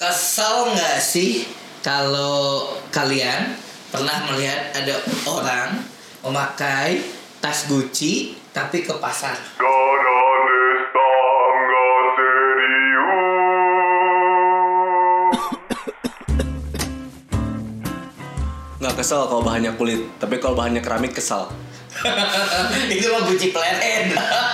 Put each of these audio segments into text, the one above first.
Kesel nggak sih kalau kalian pernah melihat ada orang memakai tas Gucci tapi ke pasar? Nggak kesel kalau bahannya kulit, tapi kalau bahannya keramik kesal. Itu mah Gucci pleret.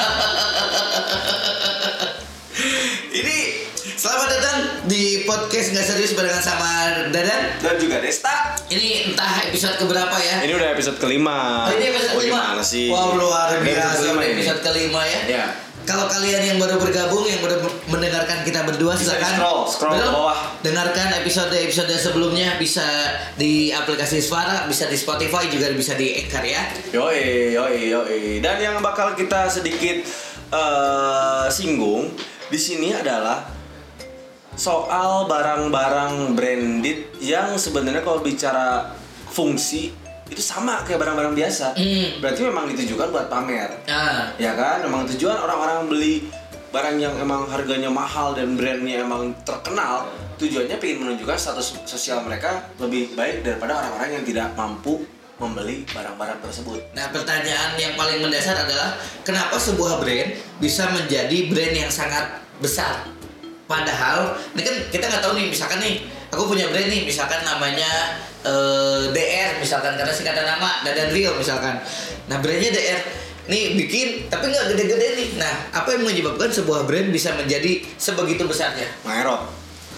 Ini selamat datang di podcast nggak serius barengan sama Dadan Dan juga Desta. Ini entah episode keberapa ya? Ini udah episode kelima. Oh, ini episode kelima. Gimana sih? Wow, luar biasa. Episode kelima ya. Ya. Kalau kalian yang baru bergabung, yang baru mendengarkan kita berdua, Bisa silakan scroll ke bawah. Dengarkan episode sebelumnya, bisa di aplikasi Suara, bisa di Spotify, juga bisa di Anchor ya. Yoi. Dan yang bakal kita sedikit singgung di sini adalah soal barang-barang branded yang sebenarnya kalau bicara fungsi itu sama kayak barang-barang biasa. Berarti memang ditujukan buat pamer. Ya kan? Memang tujuan orang-orang beli barang yang emang harganya mahal dan brandnya emang terkenal, tujuannya pengen menunjukkan status sosial mereka lebih baik daripada orang-orang yang tidak mampu membeli barang-barang tersebut. Nah, pertanyaan yang paling mendasar adalah kenapa sebuah brand bisa menjadi brand yang sangat besar? Padahal ini kan kita nggak tahu nih, misalkan nih aku punya brand nih, misalkan namanya DR misalkan, karena singkatan nama Dadan Real misalkan. Nah, brandnya DR nih bikin tapi nggak gede-gede nih. Nah, apa yang menyebabkan sebuah brand bisa menjadi sebegitu besarnya? Merot.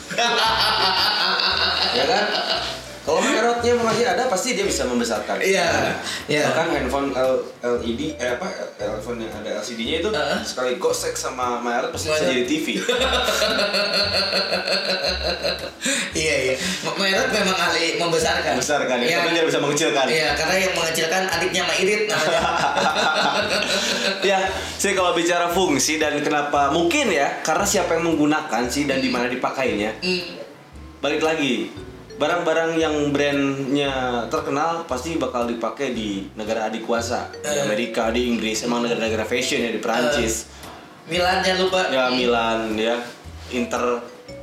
Ya kan? Kalau merotnya masih ada, pasti dia bisa membesarkan. Iya. Bahkan handphone LED handphone yang ada LCD-nya itu sekali gosek sama merot pasti bisa jadi TV. Iya. Merot memang ahli membesarkan. Membesarkan ya, tapi dia bisa mengecilkan. Iya, karena yang mengecilkan adiknya Mairit namanya. Ya, sih kalau bicara fungsi dan kenapa mungkin ya, karena siapa yang menggunakan sih dan di mana dipakainya. Balik lagi, barang-barang yang brandnya terkenal pasti bakal dipakai di negara adik kuasa, di Amerika, di Inggris, emang negara-negara fashion ya, di Perancis. Milan jangan lupa. Ya Milan ya, Inter,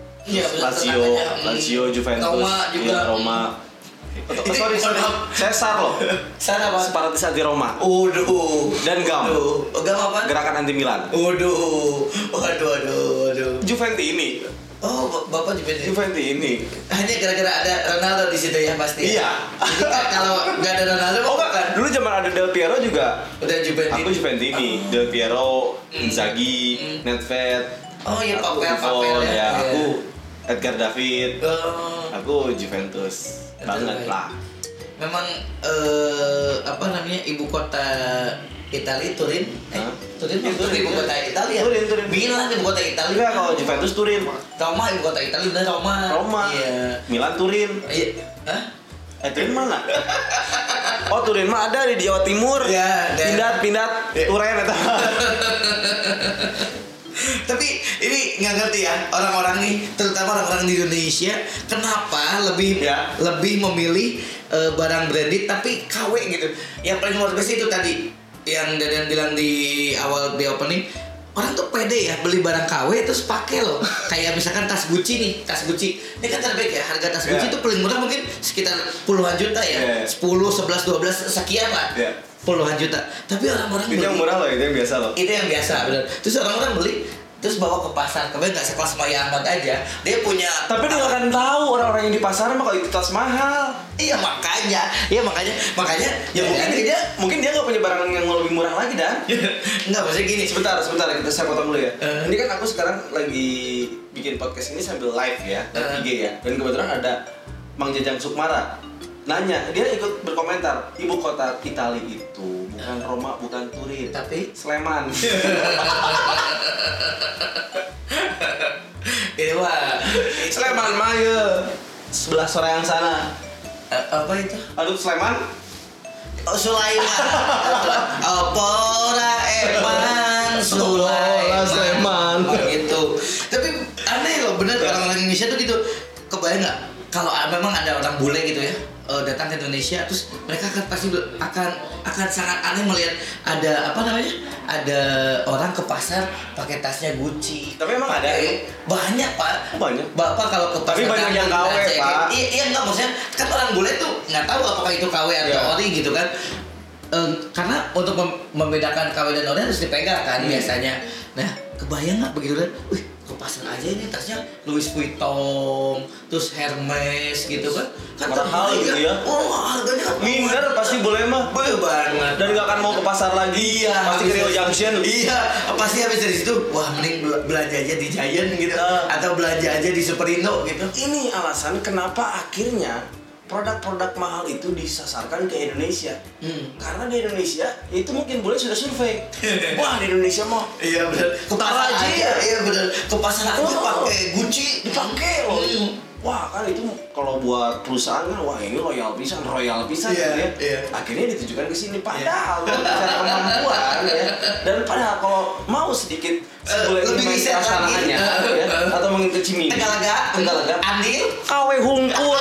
Lazio, Juventus, Roma juga. Ya, Roma. Sorry, saya SAR loh. SAR apa? Separatis anti Roma. Dan GAM. GAM apa? Gerakan anti Milan. Waduh. Juventini. Oh, Bapak Juventini. Hanya gara-gara ada Ronaldo di situ ya pasti. Iya. Jadi kan kalau nggak ada Ronaldo, kan? Dulu zaman ada Del Piero juga. Udah Juventini. Aku Juventini. Del Piero, Inzaghi, Nedved. Oh iya, Papel ya. Aku Iya. Edgar David. Aku Juventus. Banget lah. Memang apa namanya, ibu kota Italia Turin. Turin itu ibu kota Italia. Turin. Milan ibu kota Italia. Enggak, kalau Juventus Turin. Roma ibu kota Italia, udah Roma. Iya. Milan Turin. Iya. Hah? Turin mana? Oh, Turin mah ada di Jawa Timur. Ya, pindah Turen eta. Tapi ini nggak ngerti ya orang-orang nih, terutama orang-orang di Indonesia, kenapa lebih memilih barang branded tapi KW gitu. Yang paling luar biasa itu tadi yang Dadan bilang di awal di opening, orang tuh pede ya beli barang KW terus pakai loh. Kayak misalkan tas Gucci nih, ini kan terbaik ya, harga tas Gucci itu paling murah mungkin sekitar puluhan juta ya, 10, 11, 12 sekian lah. Puluhan juta. Tapi orang-orang itu yang murah loh, itu yang biasa loh. Itu yang biasa, benar. Terus orang-orang beli terus bawa ke pasar, kemudian nggak sekelas Maya Ahmad aja, dia punya. Tapi dia nggak akan tahu orang-orang yang di pasar mah kalau itu tas mahal. Iya makanya. Ya mungkin dia nggak punya barang yang lebih murah lagi dan. Nggak, maksudnya gini. Sebentar, saya potong dulu ya. Ini kan aku sekarang lagi bikin podcast ini sambil live ya, IG ya, dan kebetulan ada Mang Jajang Sukmara. Nanya, dia ikut berkomentar, ibu kota Italia itu bukan Roma, bukan Turin, tapi Sleman. Ini mah Sleman mah ya sebelah sore yang sana. Apa itu? Aduh, Sleman. Oh, Sulaiman. Opora Eman Sulaiman. Gitu. Tapi aneh loh, bener orang-orang Indonesia tuh gitu. Kebayang nggak? Kalau memang ada orang bule gitu ya, datang ke Indonesia, terus mereka akan pasti akan sangat aneh melihat ada ada orang ke pasar pakai tasnya Gucci. Tapi emang ada banyak Pak. Banyak. Bapak kalau ke pasar tapi banyak yang KW Pak. Iya nggak, maksudnya kan orang bule tuh nggak tahu apakah itu KW atau ori gitu kan. Karena untuk membedakan KW dan ori harus dipegang kan biasanya. Nah kebayang nggak begitu kan? Ke pasar aja ini tasnya Louis Vuitton, terus Hermes gitu kan mahal gitu ya. Harganya kan minder pasti boleh mah. Boleh banget. Dan nggak akan mau ke pasar lagi. Iya. Pasti ke Rio Junction. Iya. Pasti habis dari situ, wah mending belanja aja di Giant gitu, atau belanja aja di Superindo gitu. Ini alasan kenapa akhirnya produk-produk mahal itu disasarkan ke Indonesia. Karena di Indonesia itu mungkin boleh sudah survei. Wah di Indonesia mah. Iya benar. Ke pasar aja. Iya benar. Ke pasar aja pakai Gucci dipakai loh. Wah kan itu kalau buat perusahaan kan wah ini royal pisan gitu ya. Akhirnya ditujukan ke sini padahal secara kemampuan ya. Dan padahal kalau mau sedikit lebih bisa asalnya ya, atau mungkin ke Cimindi. Tegalaga. Andil. KW Hungkul.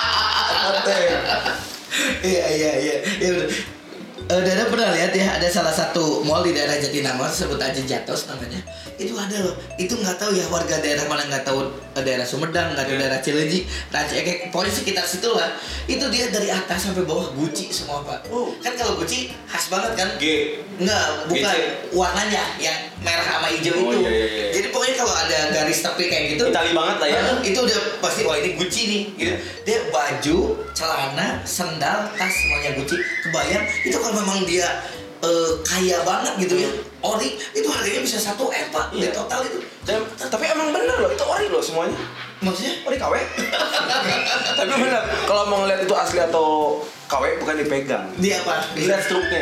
Iya. Dara pernah lihat ya, ada salah satu mall di daerah Jatinangor, sebut aja Jatos namanya. Itu ada loh. Itu nggak tahu ya warga daerah mana, nggak tahu daerah Sumedang, nggak tahu daerah Cileunyi, kayak pokoknya sekitar situ lah. Itu dia dari atas sampai bawah Gucci semua Pak. Kan kalau Gucci khas banget kan? Nggak, bukan warnanya yang merah sama hijau itu. Iya. Jadi pokoknya kalau ada garis tepi kayak gitu, Itali banget lah ya. Itu udah pasti wah ini Gucci nih. Gitu. Dia baju, celana, sendal, tas semuanya Gucci. Kebayang itu kalau memang dia kaya banget gitu ya, ori itu harganya bisa 1 M Pak. Di total itu. Tapi emang bener loh, itu ori loh semuanya. Maksudnya ori KW. Tapi bener, kalau mau ngeliat itu asli atau KW bukan dipegang. Dia apa? Lihat struknya.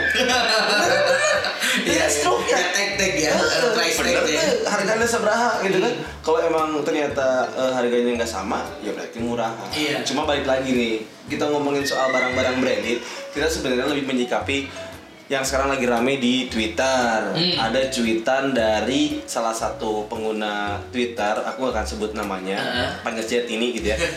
Iya, struknya. Tag ya, price tag ya. Harganya seberapa gitu kan? Kalau emang ternyata harganya nggak sama, ya berarti murah. Iya. Cuma balik lagi nih, kita ngomongin soal barang-barang branded, kita sebenarnya lebih menyikapi yang sekarang lagi rame di Twitter. Ada cuitan dari salah satu pengguna Twitter, aku akan sebut namanya, panggil Jet ini gitu ya.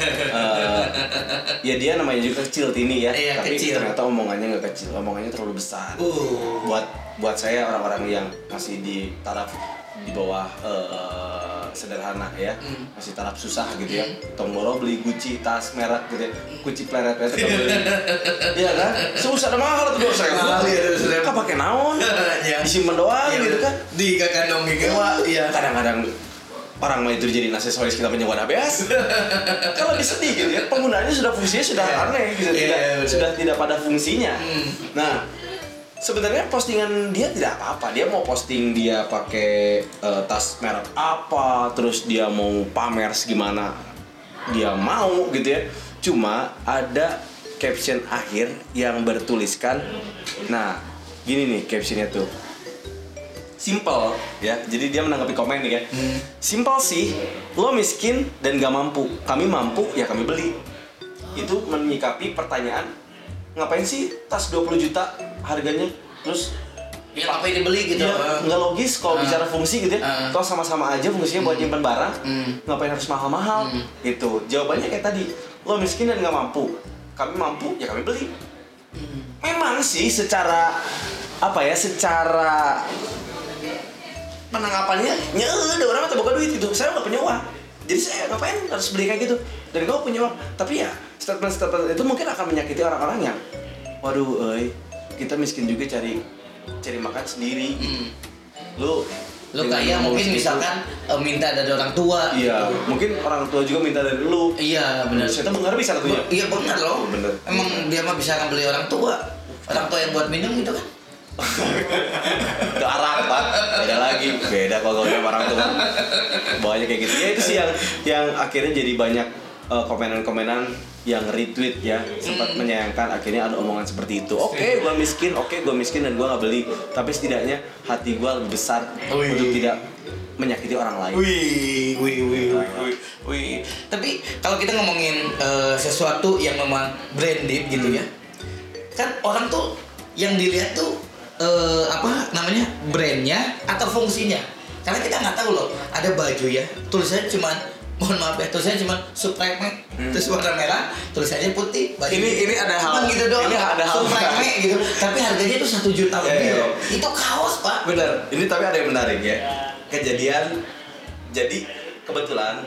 Ya dia namanya juga kecil Tini ya, tapi kecil. Ternyata omongannya nggak kecil, omongannya terlalu besar. Buat saya orang-orang yang masih di taraf di bawah sederhana ya, masih taraf susah gitu ya. Tomboro beli Gucci tas merek gitu ya, Gucci pleret-pleret beli. Iya kan? Susah mahal tuh saya. Mahal ya terus. Kok pakai naon? Disimpan doang gitu kan. Di kandong gitu iya. Kadang-kadang orang mah itu jadi aksesoris kita punya wadah beas. Kan lebih sedih gitu ya. Penggunaannya sudah fungsinya sudah aneh gitu. Sudah tidak pada fungsinya. Nah, sebenarnya postingan dia tidak apa-apa. Dia mau posting dia pakai tas merek apa, terus dia mau pamer segimana dia mau gitu ya. Cuma ada caption akhir yang bertuliskan, nah gini nih captionnya tuh, simple ya. Jadi dia menanggapi komen nih kan, simple sih, lo miskin dan gak mampu, kami mampu ya kami beli. Itu menyikapi pertanyaan, ngapain sih tas 20 juta harganya, terus ya ngapain dibeli gitu. Ya, nggak logis kalau bicara fungsi gitu ya. Kalau sama-sama aja fungsinya buat nyimpan barang, ngapain harus mahal-mahal gitu. Jawabannya kayak tadi, lo miskin dan nggak mampu, kami mampu ya kami beli. Memang sih secara apa ya, secara penanggapannya ada orang atau buka duit gitu. Saya nggak punya uang, jadi saya ngapain harus beli kayak gitu. Dan kau punya uang, tapi ya statement itu mungkin akan menyakiti orang-orang yang, waduh, kita miskin juga cari makan sendiri. Lu kaya mungkin misalkan minta dari orang tua. Iya, gitu. Mungkin orang tua juga minta dari lu. Iya, benar. Saya benar bisa katanya. Iya, benar loh. Bener. Emang dia mah bisa ngebeli orang tua. Orang tua yang buat minum gitu kan. Gak arak, Pak. Beda kalau sama orang tua. Bawanya kayak gitu. Ya itu sih yang akhirnya jadi banyak komenan-komenan yang retweet ya, sempat menyayangkan akhirnya ada omongan seperti itu. Oke, gue miskin dan gue nggak beli, tapi setidaknya hati gue lebih besar untuk tidak menyakiti orang lain. Wih. Tapi kalau kita ngomongin sesuatu yang memang branded gitu ya, kan orang tuh yang dilihat tuh brandnya atau fungsinya. Karena kita nggak tahu loh, ada baju ya tulisannya cuma mohon maaf ya, tulisannya cuma Supreme, terus warna merah, tulisannya putih. Ini ada hal gitu doang. Ini ada hal Supreme gitu. Tapi harganya itu 1 juta lebih loh. Itu kaos, Pak. Bener. Ini tapi ada yang menarik ya. Kejadian. Jadi kebetulan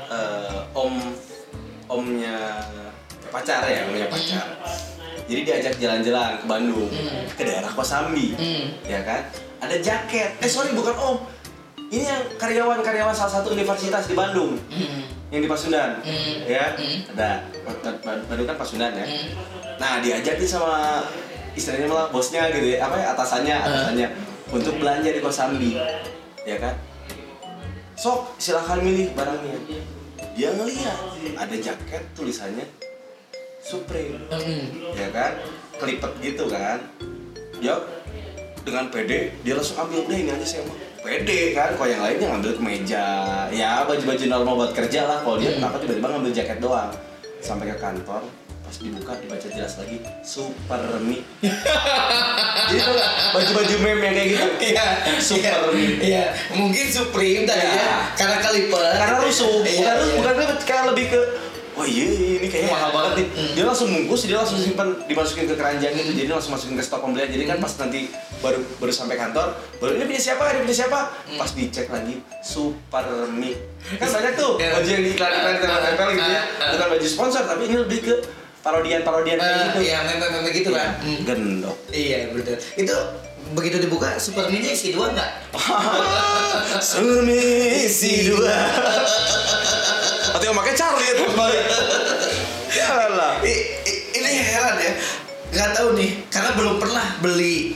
omnya pacar ya, omnya pacar. Jadi diajak jalan-jalan ke Bandung, ke daerah Kosambi, ya kan? Ada jaket. Bukan om. Ini yang karyawan salah satu universitas di Bandung, yang di Pasundan, ya. Ada Bandung kan Pasundan ya. Nah diajakin sama istilahnya malah bosnya gitu ya, atasannya untuk belanja di Kosambi, ya kan. Sok silahkan milih barangnya. Dia ngeliat ada jaket tulisannya Supreme, ya kan, kelipet gitu kan. Dia dengan pede dia langsung ambil, udah ini aja saya mau. Pede kan, kalau yang lainnya ngambil kemeja, ya baju-baju normal buat kerja lah. Kalau dia kenapa tiba-tiba ngambil jaket doang. Sampai ke kantor, pas dibuka dibaca jelas lagi Supermi. Jadi tuh baju-baju meme yang kayak gitu. Iya, Supermi. Iya, mungkin Supreme tadi ya, karena kelipet. Karena rusuh, bukan kayak lebih ke wah ini kayaknya mahal banget nih. Dia langsung bungkus, dia langsung simpan, dimasukin ke keranjang gitu. Jadi langsung masukin ke stok pembelian. Jadi kan pas nanti baru sampai kantor, baru ini punya siapa? Pas dicek lagi Supermi. Kan banyak tuh baju yang diiklan-iklan tempel gitu ya. Bukan baju sponsor, tapi ini lebih ke parodian kayak gitu. Iya, meme gitu kan. Gendok. Iya, betul. Itu begitu dibuka Supermi-nya isi 2 enggak? Supermi isi 2. Atau yang pakai Charlie itu balik. Ya lah. Ini heran ya. Nggak tahu nih, karena belum pernah beli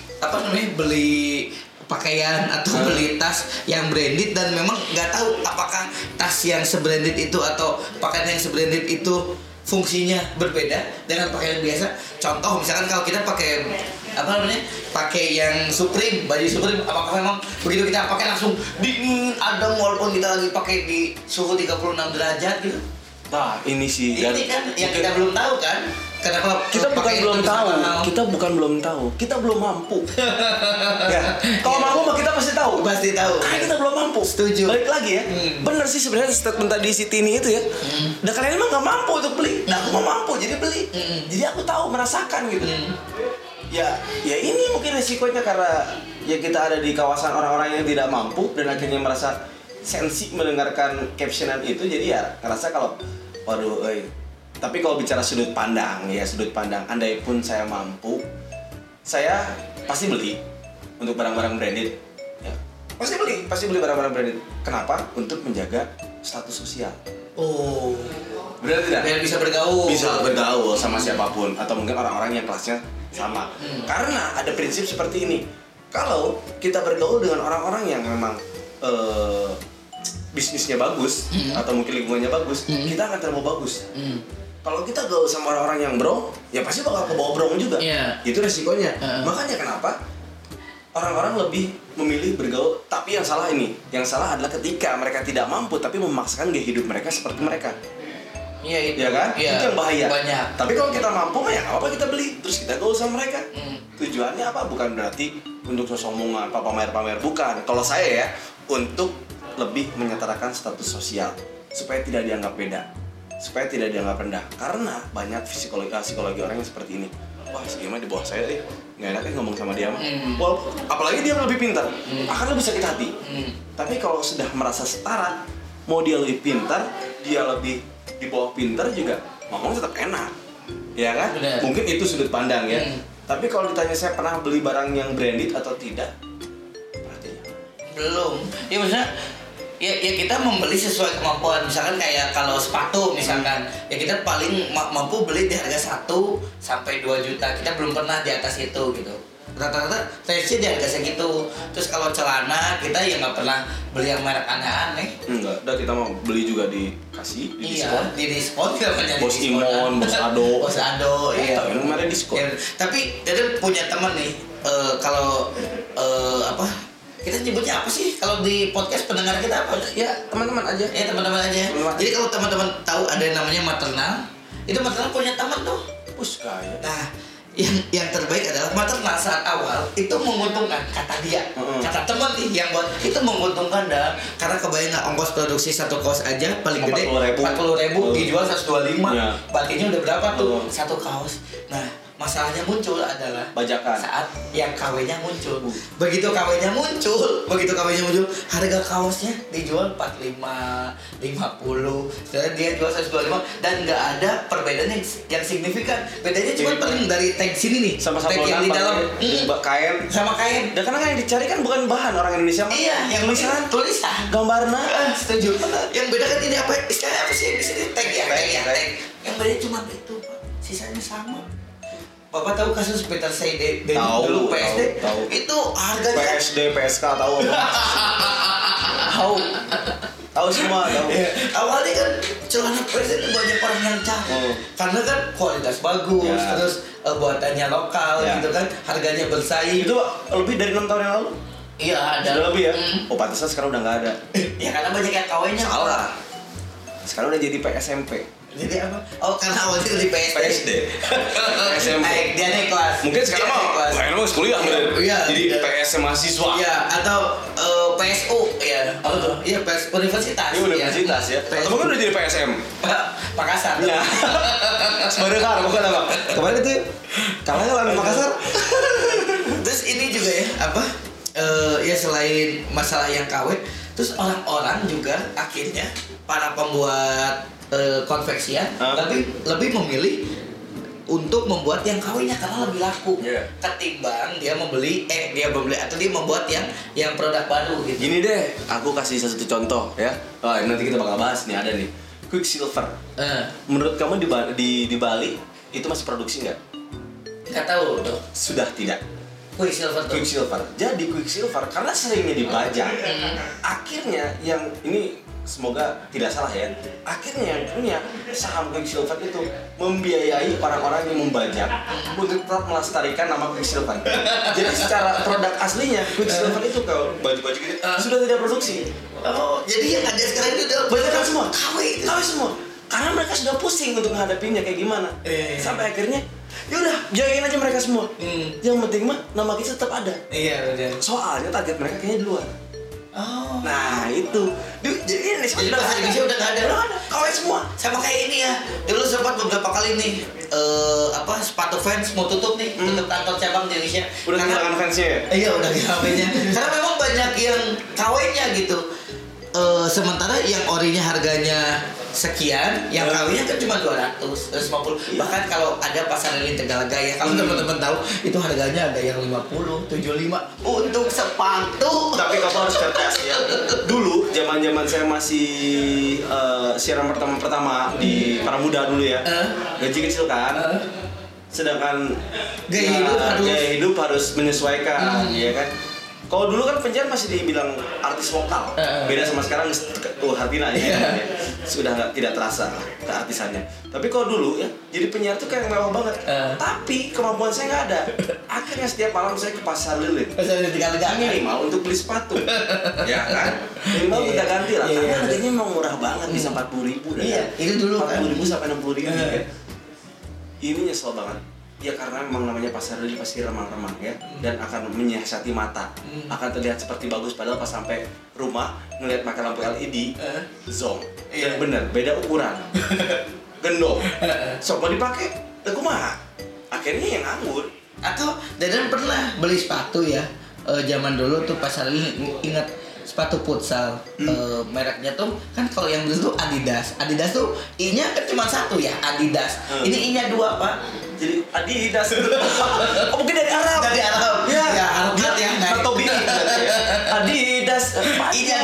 pakaian atau beli tas yang branded, dan memang nggak tahu apakah tas yang sebranded itu atau pakaian yang sebranded itu fungsinya berbeda dengan pakaian biasa. Contoh misalkan kalau kita pakai pakai yang Supreme, baju Supreme, apakah memang begitu kita pakai langsung dingin adem walaupun kita lagi pakai di suhu 36 derajat gitu? Nah, ini sih kan yang kita belum tahu kan. Kenapa kita bukan belum tahu, kita belum mampu. Ya, kalau mampu mah kita pasti tahu. Karena kita belum mampu. Setuju. Balik lagi ya. Bener sih sebenarnya statement tadi si Tini itu ya. Dan kalian emang nggak mampu untuk beli. Nah, aku mau mampu jadi beli. Jadi aku tahu, merasakan gitu. Ya ini mungkin resikonya karena ya kita ada di kawasan orang-orang yang tidak mampu dan akhirnya merasa sensi mendengarkan captionan itu. Jadi ya ngerasa kalau waduh, tapi kalau bicara sudut pandang, andai pun saya mampu, saya pasti beli untuk barang-barang branded. Ya, pasti beli barang-barang branded. Kenapa? Untuk menjaga status sosial. Oh, benar tidak? Biar bisa bergaul sama siapapun atau mungkin orang-orang yang kelasnya sama. Karena ada prinsip seperti ini. Kalau kita bergaul dengan orang-orang yang memang bisnisnya bagus atau mungkin lingkungannya bagus, kita akan terbawa bagus. Kalau kita gaul sama orang-orang yang brong, ya pasti bakal kebawa brong juga. Itu resikonya. Makanya kenapa orang-orang lebih memilih bergaul. Tapi yang salah adalah ketika mereka tidak mampu tapi memaksakan gaya hidup mereka seperti mereka. Iya itu. Ya kan? Itu yang bahaya. Banyak. Tapi kalau kita mampu mah ya nggak apa-apa kita beli, terus kita gaul sama mereka. Tujuannya apa? Bukan berarti untuk sosomongan, pamer-pamer, bukan. Kalau saya ya, untuk lebih menyetarakan status sosial supaya tidak dianggap beda, supaya tidak dianggap rendah. Karena banyak psikologi orang yang seperti ini. Wah, si Gema di bawah saya nggak enak ngomong sama dia mah. Apalagi dia lebih pintar, akan lebih sakit hati. Tapi kalau sudah merasa setara, mau dia lebih pintar, dia lebih di bawah pintar juga, ngomong tetap enak, ya kan? Bener. Mungkin itu sudut pandang ya. Tapi kalau ditanya saya pernah beli barang yang branded atau tidak, belum. Ya maksudnya ya kita membeli sesuai kemampuan. Misalkan kayak kalau sepatu misalkan, ya kita paling mampu beli di harga 1 sampai 2 juta. Kita belum pernah di atas itu gitu. Rata-rata range-nya di harga segitu. Terus kalau celana kita ya nggak pernah beli yang merek aneh-aneh. Enggak, udah kita mau beli juga dikasih di diskon. Di diskon kita banyak. Bos Imon, Bos Ado. Bos Ado, iya. Tapi memang ada diskon. Ya, tapi dia punya teman nih, kalau kita nyebutnya apa sih kalau di podcast pendengar kita apa? Ya teman-teman aja. Ya teman-teman aja. Jadi kalau teman-teman tahu ada yang namanya maternal, itu maternal punya teman tuh. Kaya. Nah, yang terbaik adalah maternal saat awal itu menguntungkan kata dia, kata teman nih yang buat itu menguntungkan dah karena kebayang nggak ongkos produksi satu kaos aja paling gede 40.000 dijual 125 ya. Batinnya udah berapa tuh satu kaos. Nah masalahnya muncul adalah bajakan saat yang KW-nya muncul. Begitu KW-nya muncul, harga kaosnya dijual 45, 50, sedangkan dia jual 125 dan nggak ada perbedaan yang signifikan. Bedanya cuma paling dari tag sini nih, sama-sama tag yang di dalam kain sama kain. Dan karena yang dicari kan bukan bahan orang Indonesia. Iya, yang tulisan, gambarnya. Setuju. Yang beda kan ini apa? Istilahnya apa sih di sini tag ya, tag. Yang beda cuma itu, Pak. Sisanya sama. Bapak tahu kasus Peter Said dulu PSD? Tahu. Itu harganya PSD, PSK tahu apa? Tahu semua, tahu. Ya, awalnya kan celana PSD itu banyak orang yang cari. Karena kan kualitas bagus, terus buatannya lokal gitu kan, harganya bersaing. Itu lebih dari 6 tahun yang lalu? Iya, ada. Sudah lebih ya? Oh, pantesan sekarang udah nggak ada. Ya karena banyak yang KW-nya. Salah. Sekarang udah jadi PSMP. Jadi apa? Oh karena awalnya dari PSD. SMP. Dia naik kelas. Mungkin sekarang mah lain mah kuliah iya, jadi PS mahasiswa. Iya, atau PSU ya. Apa tuh? Iya, PS universitas. Iya, universitas ya. Atau mungkin udah jadi PSM. Makassar. Iya. Sebenarnya bukan apa? Kemarin itu kalahnya lawan Makassar. Terus ini juga ya, apa? Ya selain masalah yang KW, terus orang-orang juga akhirnya para pembuat konveksian lebih memilih untuk membuat yang KW-nya karena lebih laku ketimbang dia membeli atau dia membuat yang produk baru gitu. Gini deh, aku kasih satu contoh ya. Oh, nanti kita bakal bahas nih, ada nih Quicksilver. Menurut kamu di Bali itu masih produksi nggak? Nggak tahu tuh. Sudah tidak. Quicksilver. Jadi Quicksilver karena seringnya dibajak, akhirnya yang ini semoga tidak salah ya. Akhirnya yang punya saham Quicksilver itu membiayai orang-orang yang membajak untuk tetap melestarikan nama Quicksilver. Jadi secara produk aslinya Quicksilver itu kalau baju-baju gitu sudah tidak produksi. Oh, jadi yang ada sekarang itu udah bajakan semua. KW semua. Karena mereka sudah pusing untuk menghadapinya kayak gimana. Sampai akhirnya yaudah biayain aja mereka semua. Yang penting mah nama kita tetap ada. Iya, benar. Soalnya target mereka kayaknya di luar. Oh. Nah itu, jadi ini jadi bahasa Indonesia udah nggak ada. KW semua. Sama kayak ini ya. Dulu sempat beberapa kali nih sepatu fans mau tutup nih, tutup kantor cabang di Indonesia. Udah kehilangan fansnya ya? Iya udah KW-nya. Karena memang banyak yang KW-nya gitu. Sementara yang orinya harganya sekian, yang KW-nya kan cuma 200, 150. Bahkan kalau ada pasar lilin Tegalgaya, kalau teman-teman tahu itu harganya ada yang 50, 75 untuk sepatu. Tapi kamu harus cerdas ya. Dulu zaman saya masih siaran pertama di Para Muda dulu ya. Gaji kecil kan. Sedangkan gaya hidup harus menyesuaikan, ya kan. Kalau dulu kan penyiar masih dibilang artis lokal, beda sama sekarang Hartina ya, sudah tidak terasa keartisannya. Tapi kalau dulu ya, jadi penyiar tuh kayak mewah banget. Tapi kemampuan saya nggak ada. Akhirnya setiap malam saya ke pasar lilin. Minimal untuk beli sepatu, ya kan? Minimal kita ganti lah. Karena harganya memang murah banget, bisa 40.000 Iya, itu dulu 40.000 sampai 60.000 ya. Ini nyesel banget. Ya karena memang namanya pasar lilin pasti remang-remang ya, dan akan menyiasati mata, akan terlihat seperti bagus padahal pas sampai rumah ngelihat pakai lampu LED, zong, dan bener beda ukuran, gendong, sok mau dipakai, aku mah akhirnya yang nganggur. Atau Dadan pernah beli sepatu ya, zaman dulu tuh pasar lilin, ingat sepatu futsal, mereknya tuh kan kalau yang dulu tuh Adidas tuh I-nya kan cuma satu ya, Adidas. Ini I-nya 2 Pak. Jadi Adidas. Oh mungkin dari Arab. Dari Arab. Ya, Arab ya. Atau bini. Adidas. I-nya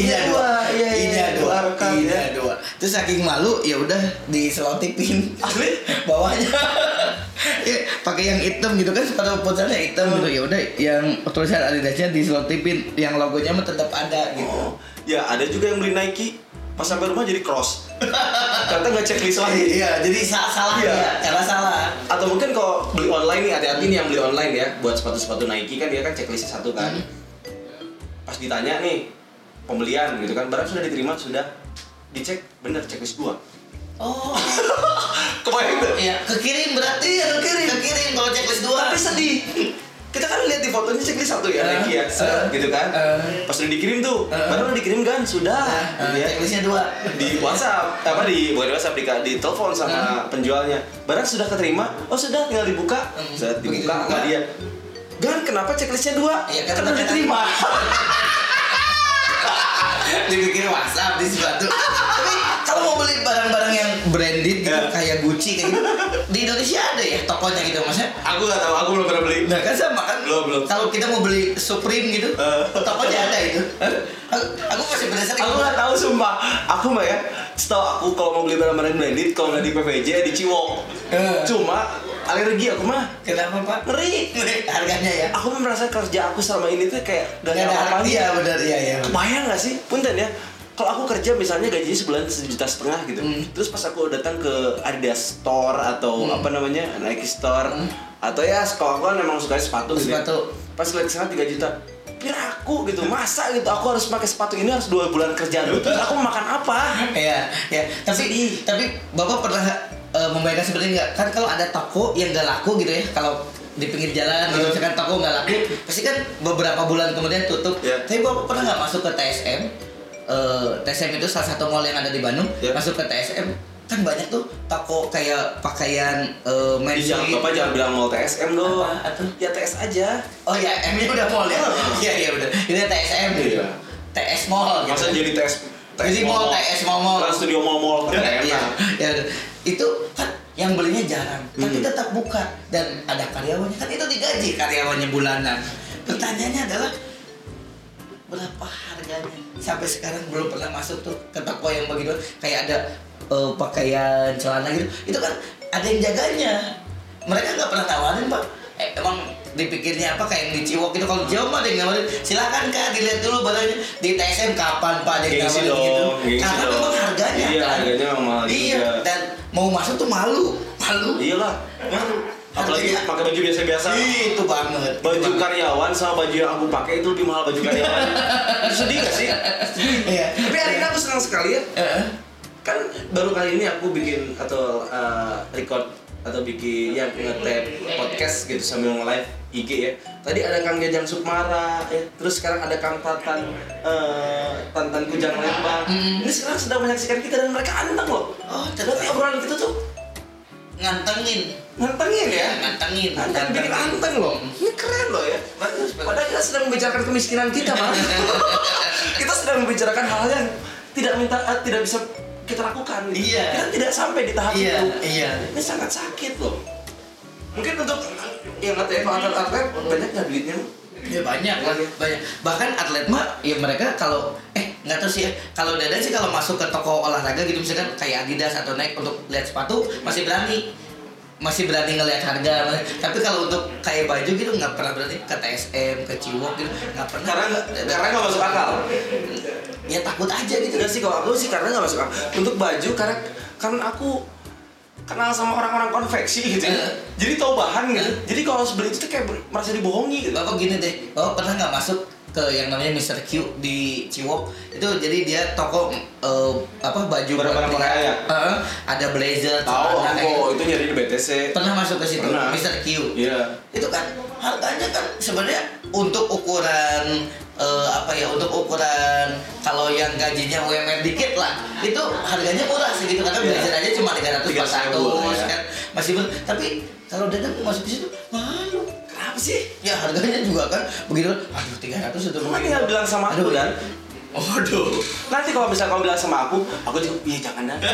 2. Terus saking malu ya udah diselotipin. Asli? Bawahnya. Ya, pakai yang hitam gitu kan, sepatu futsalnya hitam gitu. Ya udah yang tulisan Adidasnya diselotipin, yang logonya mah tetap ada gitu. Ya ada juga yang beli Nike pas sampai rumah jadi cross. Ternyata nggak checklist lagi. Iya, jadi salah ya, cara salah. Atau mungkin kalau beli online nih, hati-hati nih yang beli online ya, buat sepatu-sepatu Nike kan dia kan checklistnya 1 kan. Pas ditanya nih pembelian gitu kan, barang sudah diterima, sudah dicek bener checklist 2. Oh. poin tuh. Iya, kekirim berarti ya kekirim kalau checklist 2. Tapi sedih. Kita kan lihat di fotonya checklist 1 ya, Neki ya, gitu kan. Pas udah dikirim tuh, baru udah dikirim kan, sudah. Gitu ya. Checklistnya 2. Di WhatsApp, bukan di WhatsApp, di telepon sama penjualnya. Barang sudah keterima, oh sudah tinggal dibuka. Saat dibuka sama dia. Gan, kenapa checklistnya 2? Iya, karena diterima. Dibikin WhatsApp di sepatu. Tapi kalau mau beli barang-barang yang branded gitu, kayak Gucci kayak gitu, di Indonesia ada ya tokonya gitu maksudnya? Aku nggak tahu, aku belum pernah beli. Nah kan sama kan? Belum. Kalau kita mau beli Supreme gitu, tokonya ada itu. Aku masih penasaran. Aku nggak tahu sumpah. Aku mah ya, setahu aku kalau mau beli barang-barang branded, kalau nggak di PVJ di Ciwok. Cuma alergi aku mah. Kenapa Pak? Ngeri harganya ya. Aku merasa kerja aku selama ini tuh kayak gak ada apa-apa. Iya benar iya. Bayang nggak sih? Punten ya. Kalau aku kerja misalnya gajinya sebulan 1,5 juta gitu. Terus pas aku datang ke Adidas Store atau apa namanya Nike Store atau ya kalau aku kan memang suka sepatu gitu. Pas lihat sana 3 juta. Piraku gitu. Masa gitu aku harus pakai sepatu ini harus 2 bulan kerja dulu. Terus aku makan apa? Iya. Tapi Bapak pernah membayangkan seperti ini nggak? Kan kalau ada toko yang nggak laku gitu ya, kalau di pinggir jalan gitu, misalkan toko nggak laku, pasti kan beberapa bulan kemudian tutup. Tapi Bapak pernah nggak masuk ke TSM? TSM itu salah satu mall yang ada di Bandung. Masuk ke TSM kan banyak tuh toko kayak pakaian men's. Bapak jangan bilang mall TSM dong. Ya TS aja. Oh ya, M-nya udah mall ya. Iya benar. Ini TSM gitu. TS Mall. Masa jadi TS jadi mall TS Mall. Trans Studio Mall. Iya. Ya itu kan yang belinya jarang, tapi tetap buka dan ada karyawannya, kan itu digaji karyawannya bulanan. Pertanyaannya adalah berapa harganya? Sampai sekarang belum pernah masuk tuh ke toko yang begitu, kayak ada pakaian celana gitu. Itu kan ada yang jaganya. Mereka nggak pernah tawarin Pak. Emang dipikirnya apa kayak yang di Ciwok gitu. Kalau jauh mah ada yang nawarin, silakan Kak dilihat dulu barangnya di TSM kapan Pak ada yang nawarin gitu. Karena memang harganya kan. Harganya memang mahal juga. Dan mau masuk tuh malu. Iyalah. Malu. Apalagi pakai baju biasa-biasa. Itu banget. Baju karyawan sama baju yang aku pakai itu lebih mahal baju karyawan. Sedih gak sih? Iya. Tapi hari ini aku senang sekali ya. Kan baru kali ini aku bikin atau record atau bikin yang nge-tap podcast gitu sambil nge-live IG ya. Tadi ada Kang Jajang Sukmara ya. Terus sekarang ada Kang Tantan Kujang Lembang. Ini sekarang sedang menyaksikan kita dan mereka anteng loh. Oh, ternyata obrolan kita tuh ngantengin ya? Ngantengin bikin anteng loh. Ini keren loh ya. Padahal kita sedang membicarakan kemiskinan kita, Bang. Kita sedang membicarakan hal yang tidak bisa kita lakukan. Iya. Kita tidak sampai di tahap itu. Iya. Ini sangat sakit loh. Mungkin untuk yang atlet banyak nggak duitnya? Ya banyak. Bahkan atlet mah ya mereka kalau nggak tahu sih ya. Kalau Dadan sih kalau masuk ke toko olahraga gitu misalkan kayak Adidas atau Nike untuk lihat sepatu masih berani ngelihat harga. Tapi kalau untuk kayak baju gitu nggak pernah berani ke TSM, ke Ciwok gitu nggak pernah. Karena nggak masuk akal. Ya takut aja gitu. Enggak sih kalau aku sih karena nggak masuk akal. Untuk baju karena aku kenal sama orang-orang konveksi gitu ya. Jadi tahu bahan gitu. Jadi kalau harus beli itu tuh kayak merasa dibohongi gitu. Bapak gini deh, Bapak pernah nggak masuk ke yang namanya Mr. Q di Ciwok? Itu jadi dia toko baju barang-barang Korea ya? Ada blazer, itu nyari di BTC. Pernah masuk ke situ, Mr. Q. Iya. Itu kan harganya kan sebenarnya untuk ukuran untuk ukuran kalau yang gajinya UMR dikit lah, itu harganya murah segitu karena blazer aja cuma 300 kan. Masih tapi kalau Dadan masuk ke situ malu. Kenapa sih? Ya harganya juga kan begitu. Aduh 300 itu. Cuma tinggal bilang sama aku dan waduh. Nanti kalau misalnya kamu bilang sama aku juga iya jangan dan.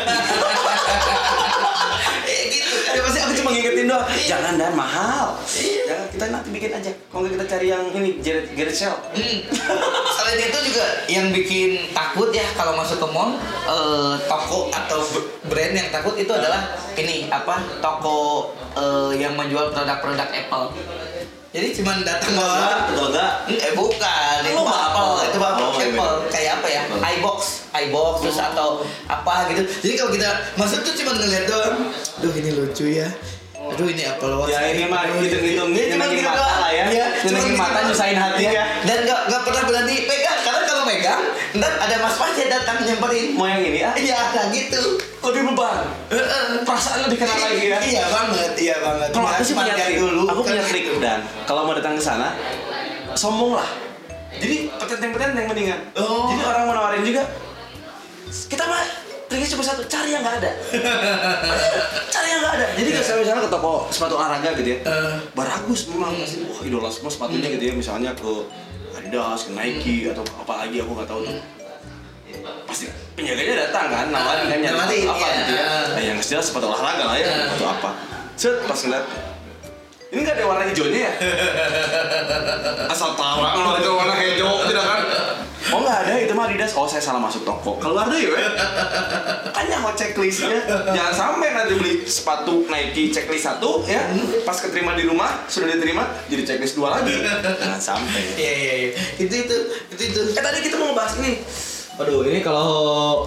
Gitu. Ya pasti aku cuma ngingetin doang. Jangan dan mahal. Jangan, kita nanti bikin aja. Kalau kita cari yang ini Garrett Sale. Selain itu juga yang bikin takut ya kalau masuk ke mall, toko atau brand yang takut itu adalah ini toko yang menjual produk-produk Apple. Jadi cuma datang bawa bukan itu Apple kayak apa ya iBox terus atau apa gitu. Jadi kalau kita masuk tuh cuma ngeliat doang. Duh ini lucu ya. Aduh ini Apple Watch. Ya ini mah hitung-hitung nyenengin mata lah ya. Nyenengin mata nyusahin hati ya. Dan nggak pernah berani pegang karena kalau pegang pegang, ntar ada mas-masnya datang nyamperin. Mau yang ini ah? Iya, ada gitu. Lebih beban. Perasaan lebih kenal lagi ya. Iya banget. Kalau aku sih punya trik. Aku kan. punya trik dan kalau mau datang ke sana, sombong lah. Jadi petenteng mendingan. Jadi orang mau nawarin juga. Kita mah triknya cuma satu, cari yang nggak ada. Cari yang nggak ada. Jadi kalau misalnya ke toko sepatu olahraga gitu ya, bagus memang. Wah idola semua sepatunya gitu ya. Misalnya ke Adidas, ke Nike atau apa lagi aku nggak tahu tuh. Pasti penjaganya datang kan, nawarin kan nyari apa gitu ya. Nah, yang jelas sepatu olahraga lah ya, sepatu apa. Set pas ngeliat, ini nggak ada warna hijaunya ya? Asal tahu kalau itu warna hijau tidak kan? Oh nggak ada, itu mah Adidas. Oh saya salah masuk toko. Keluar deh ya. Kan yang mau checklistnya, jangan sampai nanti beli sepatu Nike checklist 1 ya, pas keterima di rumah sudah diterima jadi checklist 2 lagi. Jangan sampai. Iya. Itu. Tadi kita mau ngebahas ini. Aduh, ini kalau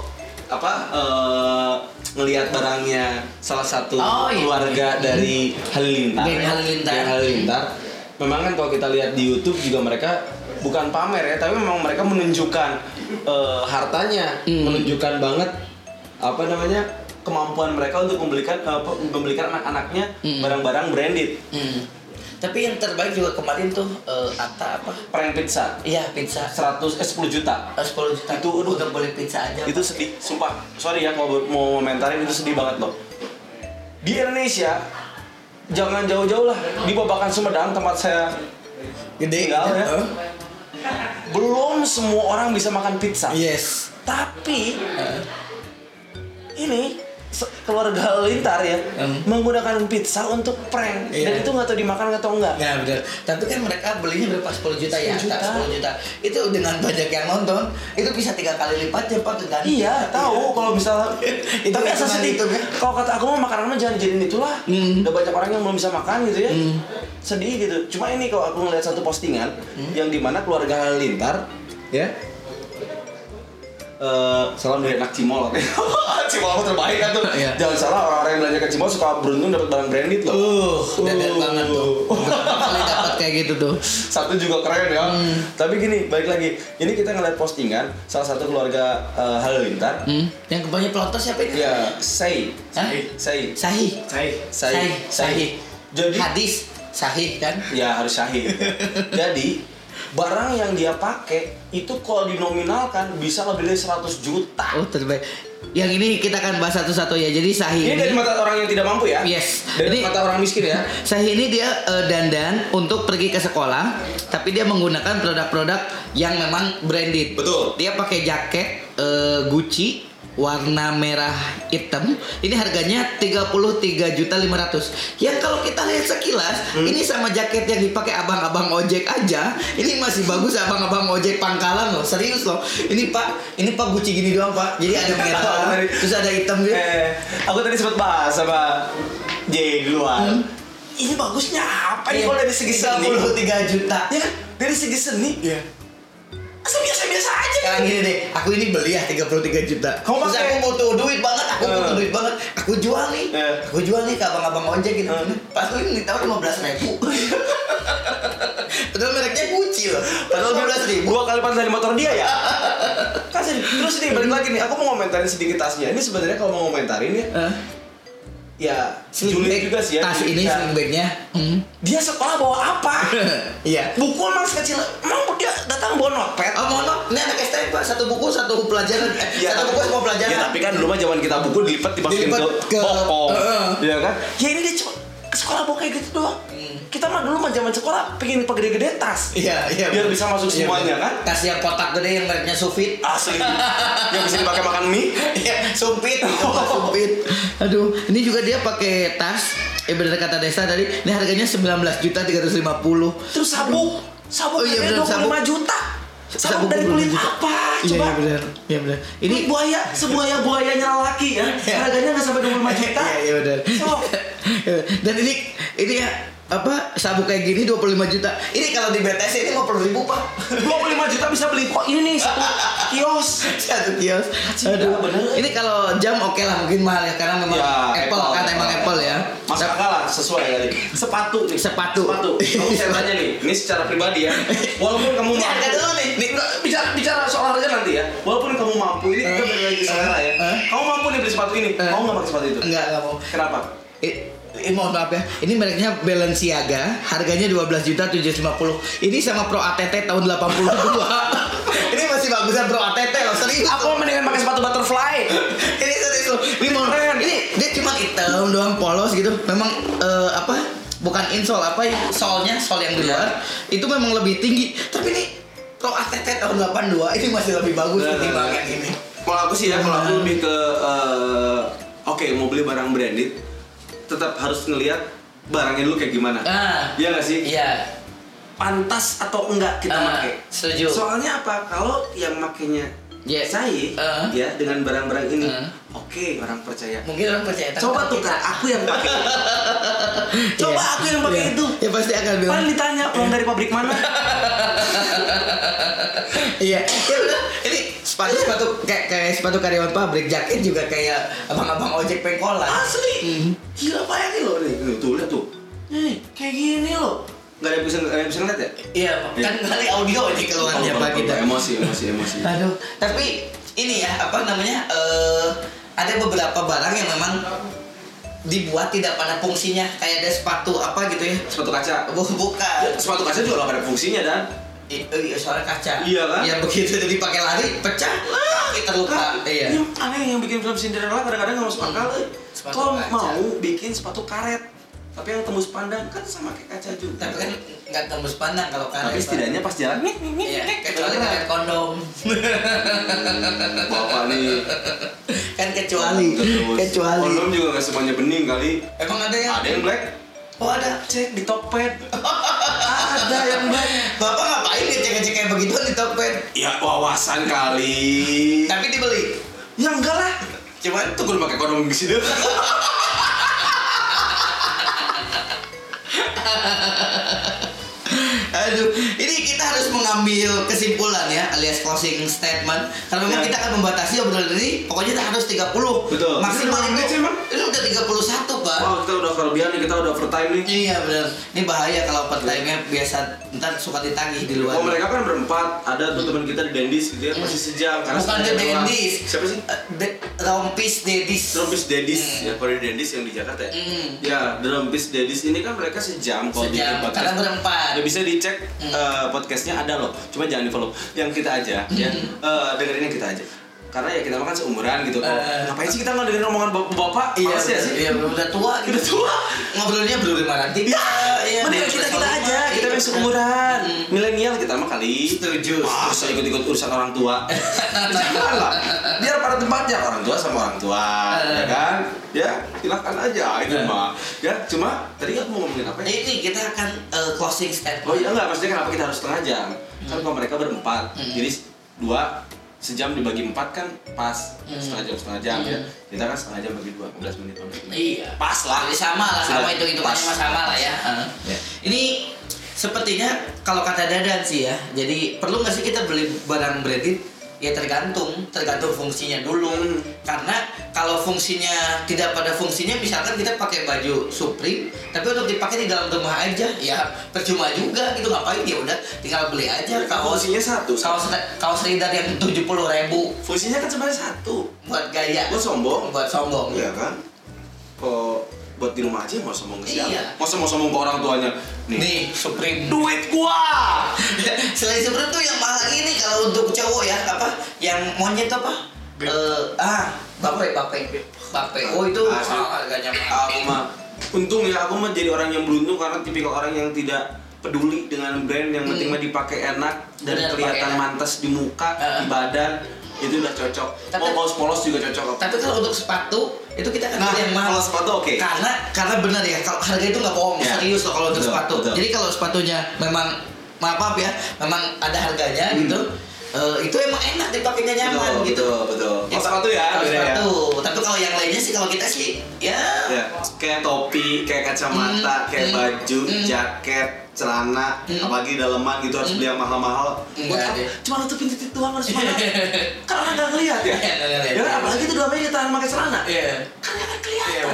ngelihat barangnya salah satu keluarga dari Halilintar. Geng Halilintar. Memang kan kalau kita lihat di YouTube juga mereka bukan pamer ya, tapi memang mereka menunjukkan hartanya, menunjukkan banget kemampuan mereka untuk membelikan anak-anaknya barang-barang branded. Tapi yang terbaik juga kemarin tuh Atta apa? Prank pizza. Iya, pizza 10 juta. 10 juta. Itu udah boleh pizza aja. Itu sedih, sumpah. Sorry ya kalau mau komentarin, itu sedih banget loh. Di Indonesia jangan jauh-jauh lah, di Babakan Sumedang tempat saya gede tinggal ya. Belum semua orang bisa makan pizza. Yes. Tapi ini keluarga Halilintar ya menggunakan pizza untuk prank. Dan itu nggak tahu dimakan atau enggak. Ya benar. Tapi kan mereka belinya berapa 10 juta ya? 10 juta. Itu dengan banyak yang nonton, itu bisa 3 kali lipat ya Pak dengan. Iya, tahu kalau misalnya itu tapi asal sedih. Kalau kata aku mau makanan mah jangan jadiin itulah. Udah banyak orang yang belum bisa makan gitu ya. Sedih gitu. Cuma ini kalau aku ngeliat satu postingan yang dimana keluarga Halilintar ya. Salam dari anak Cimol. Cimol aku terbaik kan tuh. Jangan salah, orang-orang yang belanja ke Cimol suka beruntung dapat barang branded loh. Dadan banget tuh. Kali dapat kayak gitu tuh. Satu juga keren ya. Tapi gini, balik lagi. Ini kita ngeliat postingan salah satu keluarga Halilintar. Yang kebanyakan pelontos siapa ini? Ya, Sahih. Jadi hadis sahih kan? Ya harus sahih. Jadi barang yang dia pakai itu kalau dinominalkan bisa lebih dari 100 juta. Oh terbaik. Yang ini kita akan bahas satu-satu ya. Jadi Sahih ini dari mata orang yang tidak mampu ya. Yes. Dari mata orang miskin ya. Sahih ini dia dandan untuk pergi ke sekolah, tapi dia menggunakan produk-produk yang memang branded. Betul. Dia pakai jaket Gucci warna merah hitam. Ini harganya 33.500.000. Yang kalau kita lihat sekilas, ini sama jaket yang dipakai abang-abang ojek aja, ini masih bagus abang-abang ojek pangkalan loh. Serius loh. Ini Pak Gucci gini doang, Pak. Jadi ada merah, terus ada hitam gitu. Aku tadi sempat bahas sama J duluan. Ini bagusnya apa nih kalau dari segi seni? 33 juta. Ya kan? Dari segi seni. Iya. Asal biasa-biasa aja. Sekarang gini deh, aku ini beli ya 33 juta. Kamu terus aku butuh duit banget, Aku jual nih. Aku jual nih ke abang-abang ojek gitu. Pas aku ini ditaruh 15.000. Padahal mereknya Gucci loh. Padahal 15.000. 2 kali lipat dari motor dia ya. Kasih. Terus nih balik lagi nih, aku mau ngomentarin sedikit tasnya. Ini sebenarnya kalau mau ngomentarin ya. Ya, Julie juga sih ya. Tas ini sling bagnya. Dia sekolah bawa apa? Iya. Buku emang sekecil. Emang dia datang bawa notepad. Oh, monok. Ini anak STM Pak. Satu buku, satu pelajaran. Satu buku semua pelajaran. Ya tapi kan dulu mah zaman kita buku dilipat dimasukin ke pokok. Iya kan? Ya ini dia cuma sekolah bawa kayak gitu doang. Kita mah dulu mah zaman sekolah pengen gede-gede tas. Iya. Biar bisa masuk semuanya kan? Tas yang kotak gede yang mereknya Sufit. Asli. Yang bisa dipakai makan mie. Iya, Sumpit. Aduh, ini juga dia pakai tas. Bener kata Desa tadi, ini harganya 19.350.000. Terus sabuk harganya 25 juta. Sabuk dari kulit apa? Coba. Iya benar. Ini sebuaya-buayanya laki ya. Harganya nggak sampai 25 juta. Iya benar. Dan ini ya sabuk kayak gini 25 juta. Ini kalau di BTS ini 50.000 Pak. 25 juta bisa beli kok ini nih satu kios. Aduh. Ini kalau jam oke lah mungkin mahal ya karena memang Apple kan emang Apple ya. Masuk akal lah sesuai tadi. Sepatu. Kamu saya tanya nih, ini secara pribadi ya. Walaupun kamu harga dulu nih. Bicara soal harga walaupun kamu mampu, ini kita balik lagi selera ya. Kamu mampu nih beli sepatu ini, mau nggak pakai sepatu itu? Enggak mau. Kenapa? Mohon maaf ya, ini mereknya Balenciaga, harganya 12.750. Ini sama Pro ATT tahun 82. Ini masih bagusan Pro ATT loh, serius. Aku mendingan pakai sepatu butterfly. Ini serius loh. Ini dia cuma hitam doang, polos gitu. Memang bukan insole sol yang di luar itu memang lebih tinggi. Tapi ini Pro ATT tahun 82 ini masih lebih bagus ketimbang yang ini. Kalau aku sih ya, kalau aku lebih ke oke, mau beli barang branded, tetap harus ngelihat barangnya dulu kayak gimana. Iya nggak sih? Iya. Pantas atau enggak kita pakai. Setuju. Soalnya apa? Kalau yang makainya saya ya dengan barang-barang ini, oke, orang percaya. Mungkin orang percaya. Coba tukar, aku yang pakai. Coba aku yang pakai itu. Ya pasti akan bilang. Paling ditanya pulang dari pabrik mana. Iya. Ini sepatu kayak sepatu karyawan pabrik, jaket juga kayak abang-abang ojek pengkolan. Asli. Gila, bayangin loh nih. Tuh lihat tuh. Nih, kayak gini loh. Gak ada yang bisa ngeliat ya? Iya, kan kali audio aja keluarnya Pak kita. Emosi. Aduh, tapi ini ya ada beberapa barang yang memang dibuat tidak pada fungsinya, kayak ada sepatu apa gitu ya? Sepatu kaca. Bukan. Sepatu kaca juga gak pada fungsinya dan. Iya, soalnya kaca. Iya kan? Ya begitu jadi pakai lari pecah, kita luka. Iya. Yang aneh yang bikin film Cinderella kadang-kadang nggak masuk akal. Kalau mau bikin sepatu karet, tapi yang tembus pandang kan sama kayak kaca juga. Tapi kan nggak tembus pandang kalau karet. Tapi setidaknya pas jalan, iya, kecuali karet kondom. Bapak nih. Kan kecuali. Kondom juga nggak semuanya bening kali. Emang ada yang black? Oh ada. Cek di Tokped. Ada yang black. Bapak ngapain ngecek-ngecek kayak begituan di Tokped? Ya wawasan kali. Tapi dibeli? Ya enggak lah. Cuman tuh gue pakai kondom di sini. Aduh, ini kita harus mengambil kesimpulan ya, alias closing statement. Karena memang kita akan membatasi obrolan ini, pokoknya kita harus 30. Betul. Maksimal itu udah 31, Pak. Wah, kita udah kelebihan nih, kita udah overtime nih. Iya, benar. Ini bahaya kalau overtime-nya biasa ntar suka ditagih di luar. Oh, mereka kan berempat. Ada tuh teman kita di Dendis gitu ya, masih sejam. Bukan di Dendis. Siapa sih? Rompis Dedis. Ya, kalau di Dendis yang di Jakarta ya. Ya, di Rompis Dedis ini kan mereka sejam kalau di podcast. Karena berempat. Ya bisa dicek podcastnya ada loh. Cuma jangan di follow. Yang kita aja ya, dengerin yang kita aja. Karena ya kita makan seumuran gitu. Ngapain sih kita nggak dengerin omongan bapak? Iya sih. Iya, udah tua. Udah tua. Ngobrolnya belum nanti. Iya. Mending kita aja. Kita yang seumuran. Milenial kita mah kali. Setuju. Masa ikut urusan orang tua. Janganlah. Biar pada tempatnya orang tua sama orang tua, ya kan? Ya, silakan aja itu mah. Ya, cuma tadi aku mau ngomongin apa ya? Ini kita akan closing statement. Oh iya enggak, maksudnya kenapa kita harus setengah jam? Kan kalau mereka berempat, jadi 2 sejam dibagi 4 kan pas setengah jam ya. Kita kan setengah jam bagi 15 menit. Iya. Pas lah. Jadi sama lah, sama itu kan sama lah ya. Ini sepertinya kalau kata Dadan sih ya. Jadi perlu nggak sih kita beli barang branded? Ya tergantung fungsinya dulu. Karena kalau fungsinya tidak pada fungsinya, misalkan kita pakai baju Supreme tapi untuk dipakai di dalam rumah aja, ya percuma juga gitu. Ngapain, ya udah tinggal beli aja kaos. Fungsinya satu. Kaos Rider yang 70.000. Fungsinya kan sebenarnya satu. Buat gaya. Buat sombong. Iya kan? Kok buat di rumah aja mau sombong ke siapa? Iya. Masa mau sombong ke orang tuanya? Nih Supreme. Duit gua. Selain Supreme tuh yang mahal lagi nih kalau untuk cowok ya, apa? Yang monyet apa? Bape. Oh itu harganya mahal. Aku mah untung ya, aku mah jadi orang yang beruntung karena tipikal orang yang tidak peduli dengan brand, yang penting mah dipakai enak dan kelihatan mantas di muka, di badan. Itu udah cocok. Mau polos juga cocok. Tapi kalau untuk sepatu itu kita kan yang mahal. Kalau sepatu oke. Karena benar ya, kalau harga itu nggak bohong, serius loh kalau untuk sepatu. Betul. Jadi kalau sepatunya memang maaf ya, memang ada harganya gitu. Itu emang enak dipakainya, nyaman gitu. Betul. Ya, sepatu ya. Sepatu. Tapi kalau yang lainnya sih kalau kita sih ya. Kayak topi, kayak kacamata, kayak baju, jaket, celana, apalagi daleman gitu harus beli yang mahal-mahal. Cuma nutupin titik doang harus mahal. Kan orang nggak ngeliat ya. Ya apalagi itu 2 meter tahan pakai celana. Kan nggak kelihatan buat apa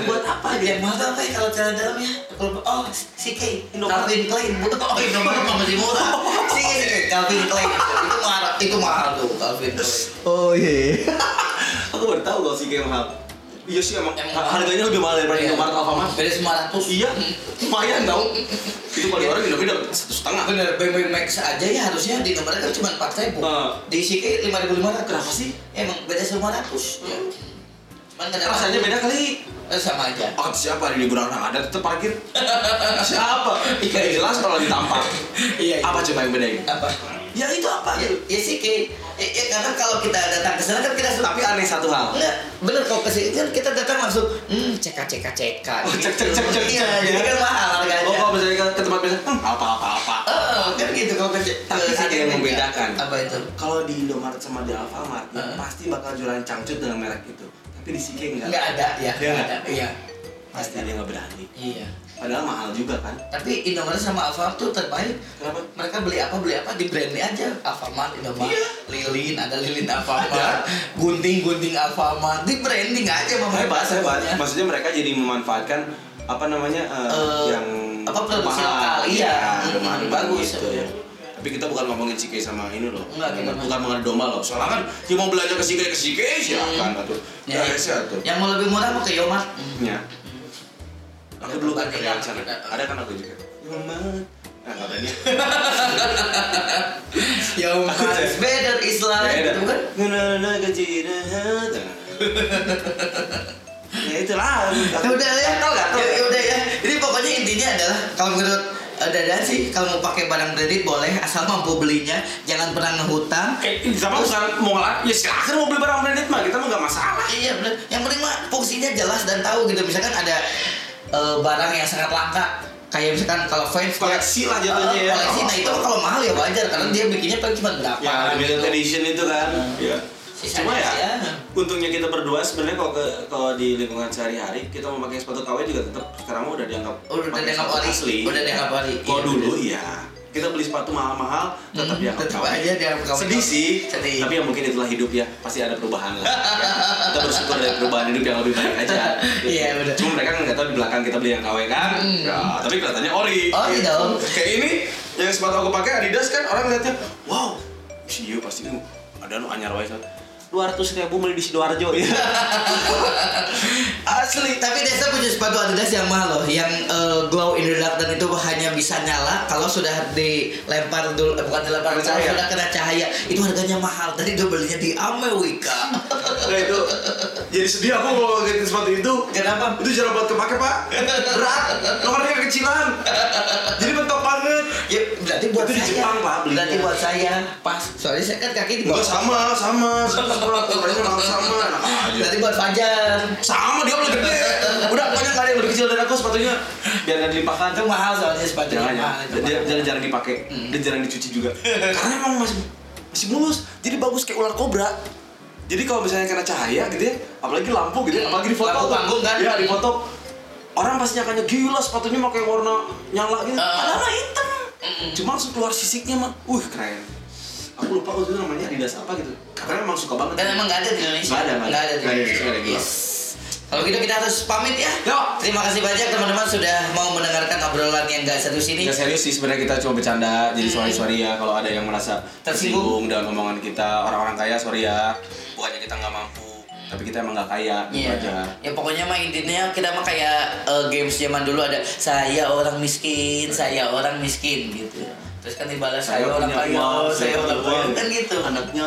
sama aja. Yang mahal tuh apa ya kalau celana dalamnya? Oh, CK, Calvin Klein. Oh, Indomaret masih murah. CK, Calvin Klein. Itu mahal tuh Calvin Klein. Oh iya. Aku baru tahu kalau CK mahal. Iya sih emang harganya lebih mahal daripada Indomaret Alfamart. Beda 900. Iya, lumayan tau. Itu paling orang Indomaret dapat 1,5. Bener, BMW Max aja ya harusnya di Indomaret kan cuma 4.000. Di CK 5.500. Kenapa sih? Emang beda 500. Ya. Cuman rasanya beda kali. Sama aja. Oh, siapa di liburan orang ada tetap parkir? Siapa? Iya jelas kalau ditampak. Iya. Apa coba yang bedain? Apa? Ya itu apa? Ya sih ya karena kalau kita datang ke sana kan kita tapi aneh satu hal. Enggak, bener kalau ke sini kan kita datang langsung cek. Oh, cek. Iya, jadi kan mahal harganya. Oh, kalau misalnya ke tempat biasa, apa. Kan gitu kalau ke tapi ada yang membedakan. Apa itu? Kalau di Indomaret sama di Alfamart, pasti bakal jualan cangcut dengan merek itu. Tapi di CK enggak. Enggak ada ya. Dia enggak ada. Iya. Pasti dia enggak berani. Iya. Padahal mahal juga kan. Tapi Indomaret sama Alfamart tuh terbaik. Kenapa? Mereka beli apa di brandnya aja. Alfamart, Indomaret, Iya. Lilin, ada Lilin Alfamart, gunting Alfamart, di branding aja hebat. Maksudnya mereka jadi memanfaatkan apa namanya yang apa produksi mahal. lokal. Iya. Bagus gitu ya. Tapi kita bukan ngomongin CK sama ini loh. Enggak, bukan mengadu domba loh. Soalnya kan dia mau belanja ke CK silakan atuh. Ya, tuh. Yang mau lebih murah mau ke Yomart. Ya. Aku dulu kan kerjaan sana. Ada kan aku juga. Yomart. Nah, katanya. Yomart is better Islam gitu kan. Nana kecirahat. Ya itulah. Udah ya. Ya udah ya. Jadi pokoknya intinya adalah kalau menurut Dadan sih kalau mau pakai barang kredit boleh asal mampu belinya, jangan pernah ngehutang. Sama bukan mau ngelak, ya silakan mau beli barang kredit mah kita mah nggak masalah. Iya benar. Yang penting mah fungsinya jelas dan tahu gitu. Misalkan ada barang yang sangat langka, kayak misalkan kalau fans koleksi lah jatuhnya ya. Koleksi, nah itu kalau mahal ya wajar karena dia bikinnya paling cuma berapa. Ya limited edition itu kan. Iya. Cuma ya, untungnya kita berdua sebenarnya kalau di lingkungan sehari-hari kita memakai sepatu KW juga tetap sekarang udah dianggap asli. Udah dianggap ori. Kalau dulu ya kita beli sepatu mahal-mahal tetap dianggap KW. Aja dianggap KW. Sedih sih. Tapi ya mungkin itulah hidup ya, pasti ada perubahan lah. Ya. Kita bersyukur dari perubahan hidup yang lebih baik aja. Iya benar. Cuma mereka kan nggak tahu di belakang kita beli yang KW kan. Ya, tapi kelihatannya ori. Oh iya dong. Kayak ini yang sepatu aku pakai Adidas kan orang lihatnya, wow, iya pasti ada anyar wae 200.000 beli di Sidoarjo ya. Asli, tapi Desa punya sepatu Adidas yang mahal loh, yang glow in the dark dan itu hanya bisa nyala kalau sudah dilempar dulu, bukan dilempar, kalau sudah kena cahaya. Itu harganya mahal. Tadi gue belinya di Amerika. Nah itu jadi sedih aku kalau ganti sepatu itu. Kenapa? Itu jarang buat kepake pak. Berat, nomornya kecilan. Jadi mentok banget. Ya berarti buat itu saya. Di Jepang pak belinya. Berarti buat saya pas. Soalnya saya kan kaki di bawah. Sama. Ukurannya sama. Berarti buat Fajar. Sama dia lebih gede. Udah pokoknya nggak ada yang lebih kecil dari aku sepatunya. Biar nggak dilimpahkan. Itu mahal soalnya sepatunya. Dia jarang dipakai. Dan jarang dicuci juga. Karena emang masih mulus. Jadi bagus kayak ular kobra. Jadi kalau misalnya kena cahaya gitu ya, apalagi lampu gitu ya, apalagi di foto. Lampu panggung kan? Iya di foto. Orang pasti nyangkanya gila sepatunya pakai warna nyala gitu. Padahal hitam. Cuma langsung keluar sisiknya mah. Keren. Aku lupa waktu itu namanya Adidas apa gitu. Karena emang suka banget. Dan emang nggak ada di Indonesia. Nggak ada di Indonesia. Yes. Kalau gitu kita harus pamit ya. Yo. Terima kasih banyak teman-teman sudah mau mendengarkan obrolan yang gak serius ini. Gak serius sih sebenarnya, kita cuma bercanda. Jadi sorry ya kalau ada yang merasa tersinggung dengan omongan kita. Orang-orang kaya sorry ya. Bukannya kita nggak mampu, tapi kita emang nggak kaya gitu aja. Ya pokoknya mah intinya kita mah kayak games zaman dulu ada saya orang miskin gitu. Terus kan dibalas saya orang kaya, saya orang kaya kan gitu. Anaknya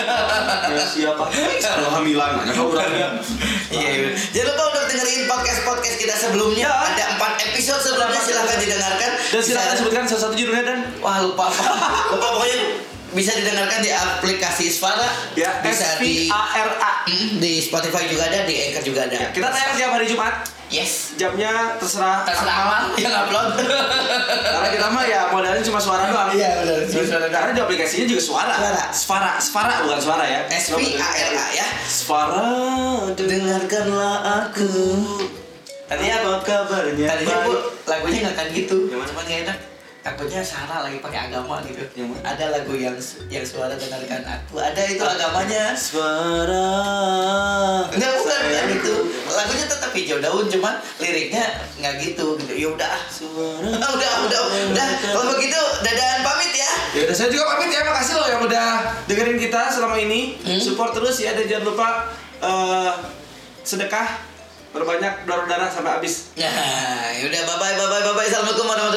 siapa? Kalau hamilan, anak orangnya. Iya. Jangan lupa untuk dengerin podcast kita sebelumnya. Ada 4 episode sebelumnya, silahkan didengarkan. Dan silahkan sebutkan salah satu judulnya dan. Wah lupa pokoknya bisa didengarkan di aplikasi Sfara. Ya. Bisa di Sfara. Di Spotify juga ada, di Anchor juga ada. Ya, kita tayang tiap hari Jumat. Yes. Jamnya terserah amal yang upload. Karena kita mah ya modalnya cuma suara doang. Iya benar. Suara. Karena di aplikasinya juga suara. Sfara bukan suara ya. SPARA ya. Sfara, dengarkanlah aku. Tadi apa kabarnya? Tadinya lagunya nggak kan gitu. Cuman nggak enak. Takutnya Sarah lagi pakai agama gitu. Ada lagu yang suara dengarkan aku. Ada itu agamanya. Suara. Enggak bukan gitu. Lagunya tetap hijau daun, cuman liriknya nggak gitu. Ya udah. Udah. Kalau begitu, dadaan pamit ya. Ya udah, saya juga pamit ya. Makasih loh yang udah dengerin kita selama ini. Support terus ya, dan jangan lupa sedekah, berbanyak, darah sampai habis. Nah, yaudah, bye bye. Assalamualaikum warahmatullahi wabarakatuh.